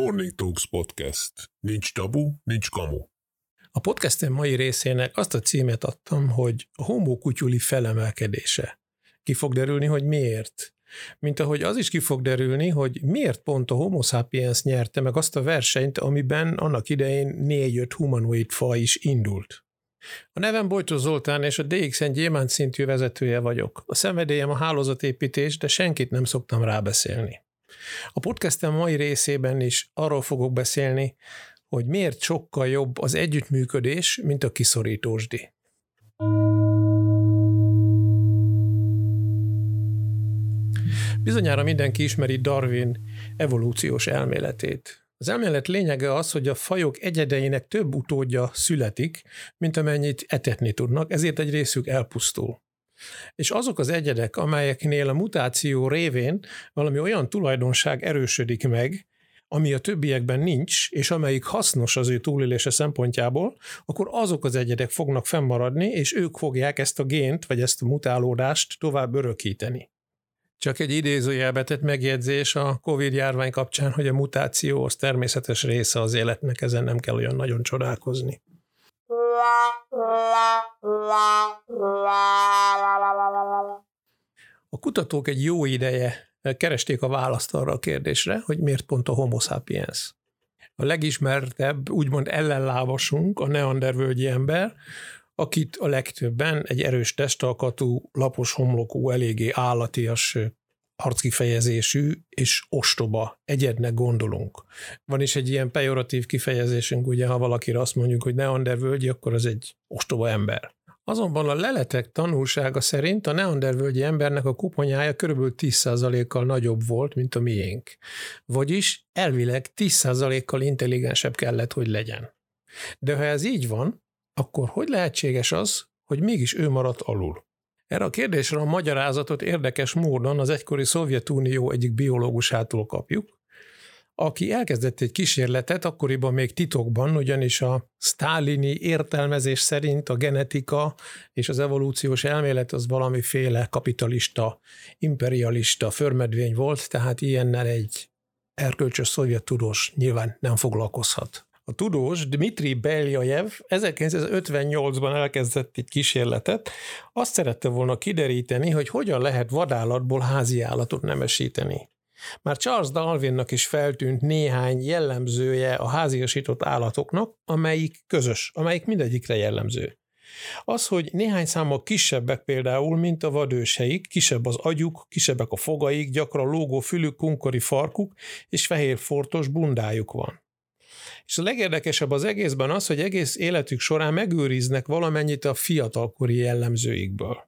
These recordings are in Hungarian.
Morning Talks Podcast. Nincs tabu, nincs kamu. A podcastem mai részének azt a címet adtam, hogy a homo kutyuli felemelkedése. Ki fog derülni, hogy miért? Mint ahogy az is ki fog derülni, hogy miért pont a Homo sapiens nyerte meg azt a versenyt, amiben annak idején 4-5 humanoid faj is indult. A nevem Bojtos Zoltán, és a DXN gyémánt szintű vezetője vagyok. A szenvedélyem a hálózatépítés, de senkit nem szoktam rábeszélni. A podcastem mai részében is arról fogok beszélni, hogy miért sokkal jobb az együttműködés, mint a kiszorítósdi. Bizonyára mindenki ismeri Darwin evolúciós elméletét. Az elmélet lényege az, hogy a fajok egyedeinek több utódja születik, mint amennyit etetni tudnak, ezért egy részük elpusztul. És azok az egyedek, amelyeknél a mutáció révén valami olyan tulajdonság erősödik meg, ami a többiekben nincs, és amelyik hasznos az ő túlélése szempontjából, akkor azok az egyedek fognak fennmaradni, és ők fogják ezt a gént, vagy ezt a mutálódást tovább örökíteni. Csak egy idézőjelbe tett megjegyzés a Covid-járvány kapcsán, hogy a mutáció az természetes része az életnek, ezen nem kell olyan nagyon csodálkozni. A kutatók egy jó ideje keresték a választ arra a kérdésre, hogy miért pont a Homo sapiens. A legismertebb, úgymond ellenlábasunk, a neandervölgyi ember, akit a legtöbben egy erős testalkatú, lapos homlokú, eléggé állatias arckifejezésű és ostoba egyednek gondolunk. Van is egy ilyen pejoratív kifejezésünk, ugye, ha valakire azt mondjuk, hogy neandervölgyi, akkor az egy ostoba ember. Azonban a leletek tanulsága szerint a neandervölgyi embernek a koponyája kb. 10%-kal nagyobb volt, mint a miénk. Vagyis elvileg 10%-kal intelligensebb kellett, hogy legyen. De ha ez így van, akkor hogy lehetséges az, hogy mégis ő maradt alul? Erre a kérdésre a magyarázatot érdekes módon az egykori Szovjetunió egyik biológusától kapjuk, aki elkezdett egy kísérletet, akkoriban még titokban, ugyanis a sztálini értelmezés szerint a genetika és az evolúciós elmélet az valamiféle kapitalista, imperialista förmedvény volt, tehát ilyennel egy erkölcsös szovjet tudós nyilván nem foglalkozhat. A tudós Dmitrij Beljajev 1958-ban elkezdett egy kísérletet, azt szerette volna kideríteni, hogy hogyan lehet vadállatból házi állatot nemesíteni. Már Charles Darwinnak is feltűnt néhány jellemzője a háziasított állatoknak, amelyik közös, amelyik mindegyikre jellemző. Az, hogy néhány számmal kisebbek például, mint a vadőseik, kisebb az agyuk, kisebbek a fogaik, gyakran lógó fülük, kunkori farkuk és fehér foltos bundájuk van. És a legérdekesebb az egészben az, hogy egész életük során megőriznek valamennyit a fiatalkori jellemzőikből.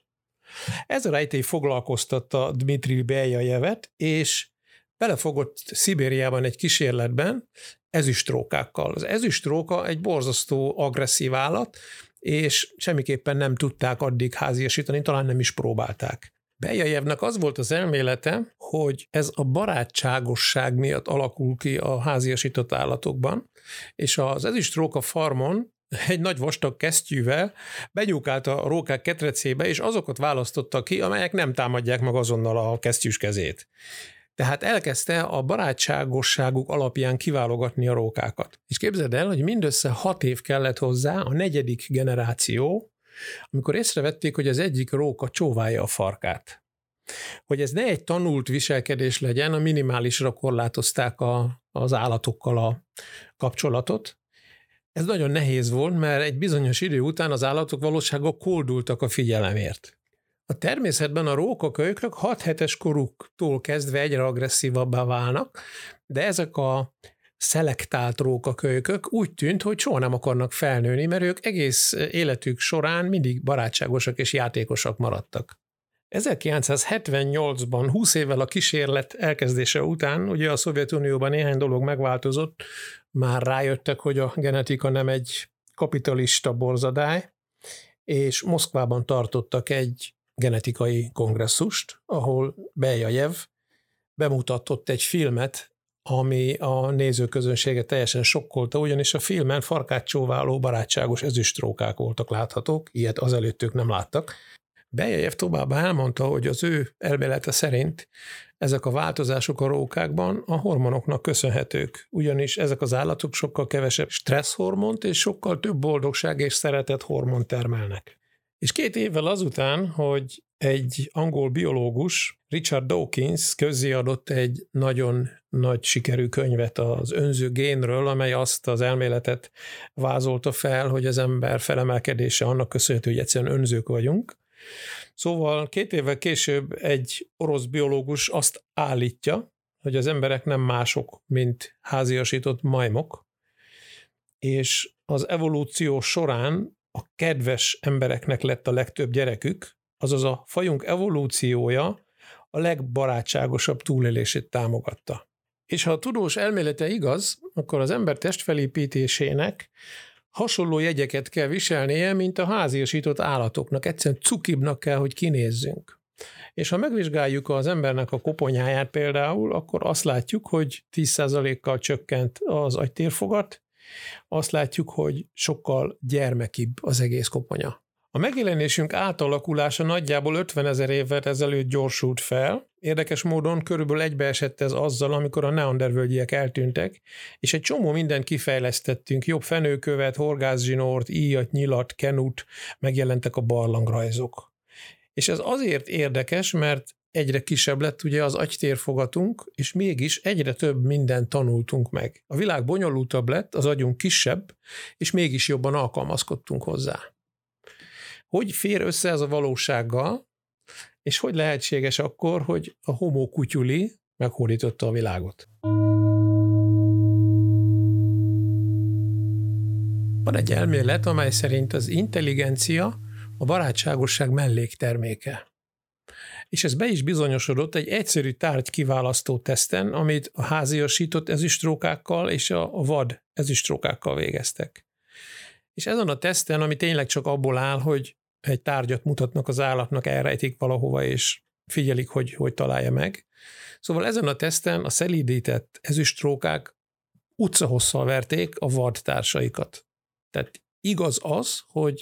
Ez a rejtély foglalkoztatta Dmitrij Beljajevet, és belefogott Szibériában egy kísérletben ezüstrókákkal. Az ezüstróka egy borzasztó agresszív állat, és semmiképpen nem tudták addig háziasítani, talán nem is próbálták. Beljajevnek az volt az elmélete, hogy ez a barátságosság miatt alakul ki a háziasított állatokban, és az ezüstróka farmon egy nagy vastag kesztyűvel begyúkált a rókák ketrecébe, és azokat választotta ki, amelyek nem támadják meg azonnal a kesztyűs kezét. Tehát elkezdte a barátságosságuk alapján kiválogatni a rókákat. És képzeld el, hogy mindössze 6 év kellett hozzá, a 4. generáció, amikor észrevették, hogy az egyik róka csóválja a farkát. Hogy ez ne egy tanult viselkedés legyen, a minimálisra korlátozták az állatokkal a kapcsolatot. Ez nagyon nehéz volt, mert egy bizonyos idő után az állatok valósággal koldultak a figyelemért. A természetben a rókakölykök 6 hetes koruktól kezdve egyre agresszívabbá válnak, de ezek a szelektált rókakölykök úgy tűnt, hogy soha nem akarnak felnőni, mert ők egész életük során mindig barátságosak és játékosak maradtak. 1978-ban, 20 évvel a kísérlet elkezdése után, ugye a Szovjetunióban néhány dolog megváltozott, már rájöttek, hogy a genetika nem egy kapitalista borzadály, és Moszkvában tartottak egy genetikai kongresszust, ahol Beljajev bemutatott egy filmet, ami a nézőközönséget teljesen sokkolta, ugyanis a filmen farkát csóváló barátságos ezüstrókák voltak láthatók, ilyet azelőtt ők nem láttak. Beljejev továbbá elmondta, hogy az ő elmélete szerint ezek a változások a rókákban a hormonoknak köszönhetők, ugyanis ezek az állatok sokkal kevesebb stresszhormont és sokkal több boldogság és szeretet hormont termelnek. És 2 évvel azután, hogy egy angol biológus, Richard Dawkins közzéadott egy nagyon nagy sikerű könyvet az önző génről, amely azt az elméletet vázolta fel, hogy az ember felemelkedése annak köszönhető, hogy egyszerűen önzők vagyunk. Szóval 2 évvel később egy orosz biológus azt állítja, hogy az emberek nem mások, mint háziasított majmok, és az evolúció során a kedves embereknek lett a legtöbb gyerekük, azaz a fajunk evolúciója a legbarátságosabb túlélését támogatta. És ha a tudós elmélete igaz, akkor az ember testfelépítésének hasonló jegyeket kell viselnie, mint a háziasított állatoknak. Egyszerűen cukibbnak kell, hogy kinézzünk. És ha megvizsgáljuk az embernek a koponyáját például, akkor azt látjuk, hogy 10%-kal csökkent az agytérfogat, azt látjuk, hogy sokkal gyermekibb az egész koponya. A megjelenésünk átalakulása nagyjából 50 000 évvel ezelőtt gyorsult fel. Érdekes módon körülbelül egybeesett ez azzal, amikor a neandervölgyiek eltűntek, és egy csomó mindent kifejlesztettünk, jobb fenőkövet, horgászzsinort, íjat, nyilat, kenut, megjelentek a barlangrajzok. És ez azért érdekes, mert egyre kisebb lett ugye az agytérfogatunk, és mégis egyre több mindent tanultunk meg. A világ bonyolultabb lett, az agyunk kisebb, és mégis jobban alkalmazkodtunk hozzá. Hogy fér össze ez a valósággal, és hogy lehetséges akkor, hogy a homo kutyuli meghódította a világot? Van egy elmélet, amely szerint az intelligencia a barátságosság mellékterméke. És ez be is bizonyosodott egy egyszerű tárgy kiválasztó teszten, amit a háziasított ezüstrókákkal és a vad ezüstrókákkal végeztek. És ezen a teszten, ami tényleg csak abból áll, hogy egy tárgyat mutatnak az állatnak, elrejtik valahova, és figyelik, hogy találja meg. Szóval ezen a teszten a szelídített ezüstrókák utcahosszal verték a vad társaikat. Tehát igaz az, hogy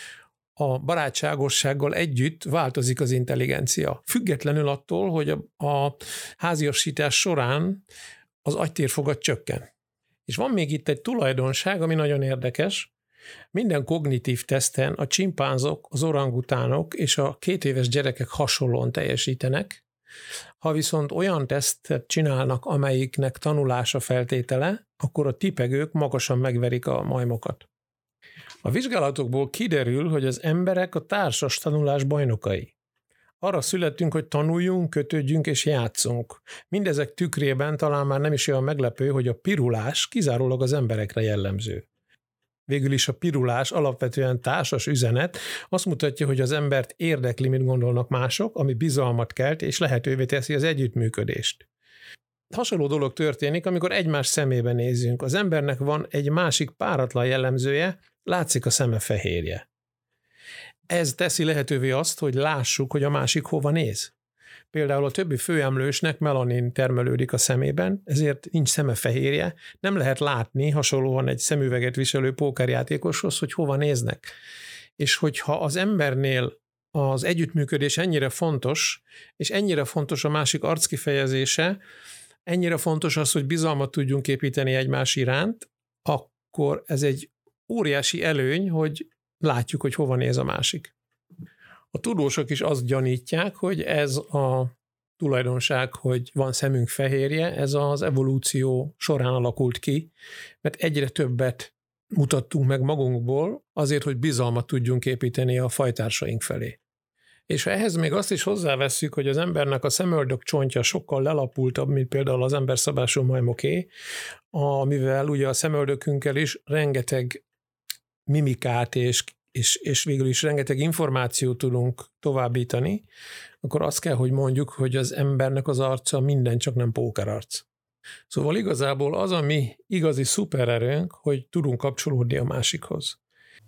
a barátságossággal együtt változik az intelligencia. Függetlenül attól, hogy a háziasítás során az agytérfogat csökken. És van még itt egy tulajdonság, ami nagyon érdekes. Minden kognitív teszten a csimpánzok, az orangutánok és a 2 éves gyerekek hasonlóan teljesítenek. Ha viszont olyan tesztet csinálnak, amelyiknek tanulása feltétele, akkor a tipegők magasan megverik a majmokat. A vizsgálatokból kiderül, hogy az emberek a társas tanulás bajnokai. Arra születtünk, hogy tanuljunk, kötődjünk és játszunk. Mindezek tükrében talán már nem is olyan meglepő, hogy a pirulás kizárólag az emberekre jellemző. Végül is a pirulás alapvetően társas üzenet, azt mutatja, hogy az embert érdekli, mit gondolnak mások, ami bizalmat kelt és lehetővé teszi az együttműködést. Hasonló dolog történik, amikor egymás szemébe nézzünk. Az embernek van egy másik páratlan jellemzője, látszik a szeme fehérje. Ez teszi lehetővé azt, hogy lássuk, hogy a másik hova néz. Például a többi főemlősnek melanin termelődik a szemében, ezért nincs szeme fehérje, nem lehet látni hasonlóan egy szemüveget viselő pókerjátékoshoz, hogy hova néznek. És hogyha az embernél az együttműködés ennyire fontos, és ennyire fontos a másik arckifejezése, ennyire fontos az, hogy bizalmat tudjunk építeni egymás iránt, akkor ez egy óriási előny, hogy látjuk, hogy hova néz a másik. A tudósok is azt gyanítják, hogy ez a tulajdonság, hogy van szemünk fehérje, ez az evolúció során alakult ki, mert egyre többet mutattunk meg magunkból azért, hogy bizalmat tudjunk építeni a fajtársaink felé. És ha ehhez még azt is hozzávesszük, hogy az embernek a szemöldök csontja sokkal lelapultabb, mint például az emberszabású majmoké, amivel ugye a szemöldökünkkel is rengeteg mimikát és végül is rengeteg információt tudunk továbbítani, akkor azt kell, hogy mondjuk, hogy az embernek az arca minden, csak nem pókerarc. Szóval igazából az a mi igazi szupererőnk, hogy tudunk kapcsolódni a másikhoz.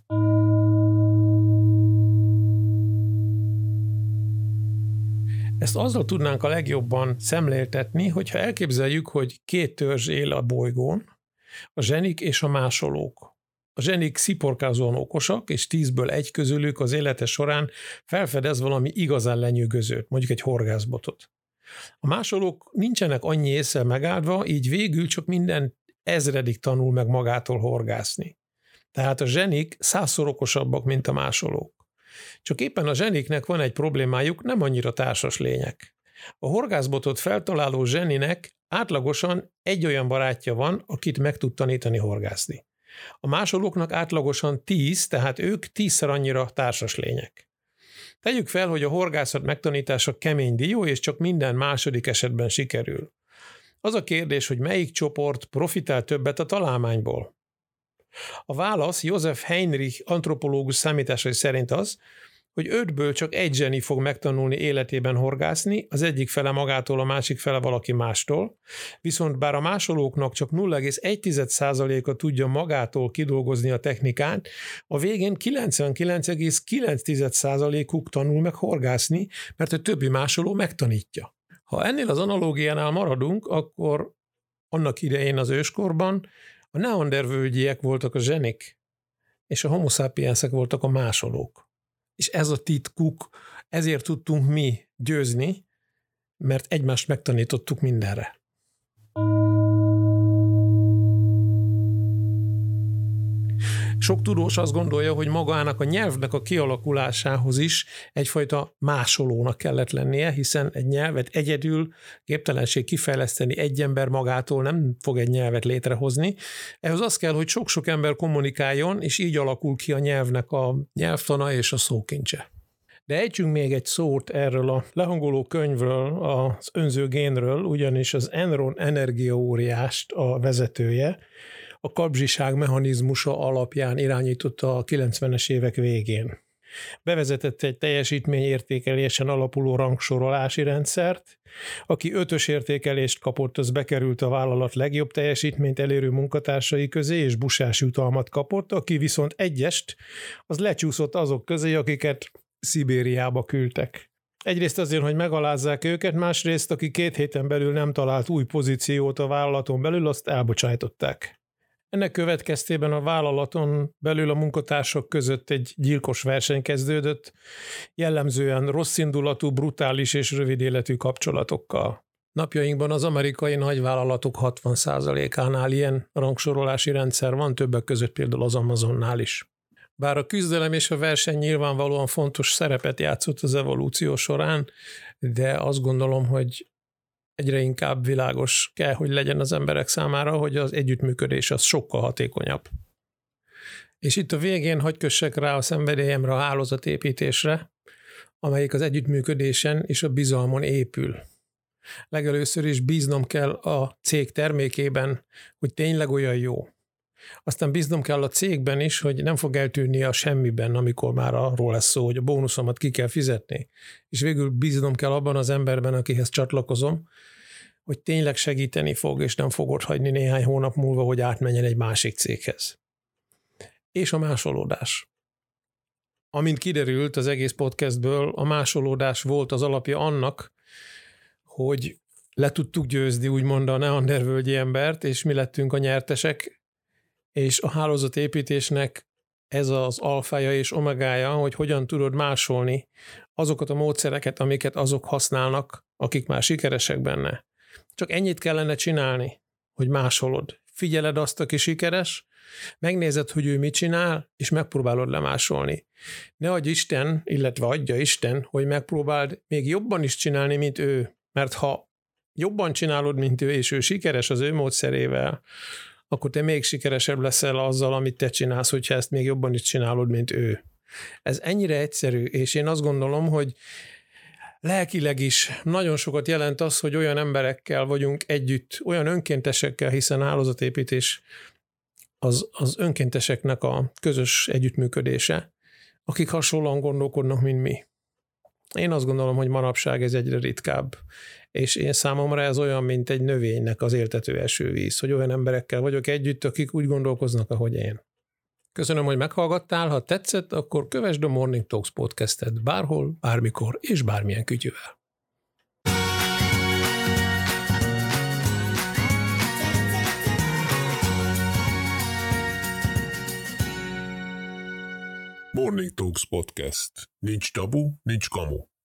Ezt azzal tudnánk a legjobban szemléltetni, hogyha elképzeljük, hogy 2 törzs él a bolygón, a zsenik és a másolók. a zsenik sziporkázóan okosak, és 10-ből 1 közülük az élete során felfedez valami igazán lenyűgözőt, mondjuk egy horgászbotot. A másolók nincsenek annyi ésszel megáldva, így végül csak minden ezredik tanul meg magától horgászni. Tehát a zsenik 100-szor okosabbak, mint a másolók. Csak éppen a zseniknek van egy problémájuk, nem annyira társas lények. A horgászbotot feltaláló zseninek átlagosan egy olyan barátja van, akit meg tud tanítani horgászni. A másolóknak átlagosan 10, tehát ők 10-szer annyira társas lények. Tegyük fel, hogy a horgászat megtanítása kemény dió, és csak minden második esetben sikerül. Az a kérdés, hogy melyik csoport profitál többet a találmányból. A válasz Josef Heinrich antropológus számításai szerint az, hogy 5-ből csak egy zseni fog megtanulni életében horgászni, az egyik fele magától, a másik fele valaki mástól, viszont bár a másolóknak csak 0,1%-a tudja magától kidolgozni a technikát, a végén 99,9%-uk tanul meg horgászni, mert a többi másoló megtanítja. Ha ennél az analógiánál maradunk, akkor annak idején az őskorban a neandervölgyiek voltak a zsenik, és a homo sapiensek voltak a másolók. És ez a titkuk, ezért tudtunk mi győzni, mert egymást megtanítottuk mindenre. Sok tudós azt gondolja, hogy magának a nyelvnek a kialakulásához is egyfajta másolónak kellett lennie, hiszen egy nyelvet egyedül képtelenség kifejleszteni, egy ember magától nem fog egy nyelvet létrehozni. Ehhez az kell, hogy sok-sok ember kommunikáljon, és így alakul ki a nyelvnek a nyelvtana és a szókincse. De ejtsünk még egy szót erről a lehangoló könyvről, az önző génről, ugyanis az Enron energiaóriást a vezetője a kapzsiság mechanizmusa alapján irányította a 90-es évek végén. Bevezetett egy teljesítményértékelésen alapuló rangsorolási rendszert. Aki 5-ös értékelést kapott, az bekerült a vállalat legjobb teljesítményt elérő munkatársai közé, és busás jutalmat kapott, aki viszont 1-est, az lecsúszott azok közé, akiket Szibériába küldtek. Egyrészt azért, hogy megalázzák őket, másrészt, aki 2 héten belül nem talált új pozíciót a vállalaton belül, azt elbocsájtották. Ennek következtében a vállalaton belül a munkatársak között egy gyilkos verseny kezdődött, jellemzően rosszindulatú, brutális és rövid életű kapcsolatokkal. Napjainkban az amerikai nagyvállalatok 60%-ánál ilyen rangsorolási rendszer van, többek között például az Amazonnál is. Bár a küzdelem és a verseny nyilvánvalóan fontos szerepet játszott az evolúció során, de azt gondolom, hogy egyre inkább világos kell, hogy legyen az emberek számára, hogy az együttműködés az sokkal hatékonyabb. És itt a végén hadd kössek rá a szenvedélyemre, a hálózatépítésre, amelyik az együttműködésen és a bizalmon épül. Legelőször is bíznom kell a cég termékében, hogy tényleg olyan jó. Aztán bíznom kell a cégben is, hogy nem fog eltűnni a semmiben, amikor már arról lesz szó, hogy a bónuszomat ki kell fizetni. És végül bíznom kell abban az emberben, akihez csatlakozom, hogy tényleg segíteni fog, és nem fog ott hagyni néhány hónap múlva, hogy átmenjen egy másik céghez. És a másolódás. Amint kiderült az egész podcastből, a másolódás volt az alapja annak, hogy le tudtuk győzni úgymond a neandervölgyi embert, és mi lettünk a nyertesek, és a hálózatépítésnek ez az alfája és omegája, hogy hogyan tudod másolni azokat a módszereket, amiket azok használnak, akik már sikeresek benne. Csak ennyit kellene csinálni, hogy másolod. Figyeled azt, aki sikeres, megnézed, hogy ő mit csinál, és megpróbálod lemásolni. Ne adj Isten, illetve adja Isten, hogy megpróbáld még jobban is csinálni, mint ő. Mert ha jobban csinálod, mint ő, és ő sikeres az ő módszerével, akkor te még sikeresebb leszel azzal, amit te csinálsz, hogyha ezt még jobban is csinálod, mint ő. Ez ennyire egyszerű, és én azt gondolom, hogy lelkileg is nagyon sokat jelent az, hogy olyan emberekkel vagyunk együtt, olyan önkéntesekkel, hiszen hálózatépítés az önkénteseknek a közös együttműködése, akik hasonlóan gondolkodnak, mint mi. Én azt gondolom, hogy manapság ez egyre ritkább, és én számomra ez olyan, mint egy növénynek az éltető esővíz, hogy olyan emberekkel vagyok együtt, akik úgy gondolkoznak, ahogy én. Köszönöm, hogy meghallgattál, ha tetszett, akkor kövesd a Morning Talks podcastet bárhol, bármikor és bármilyen kütyüvel. Morning Talks Podcast. Nincs tabu, nincs kamu.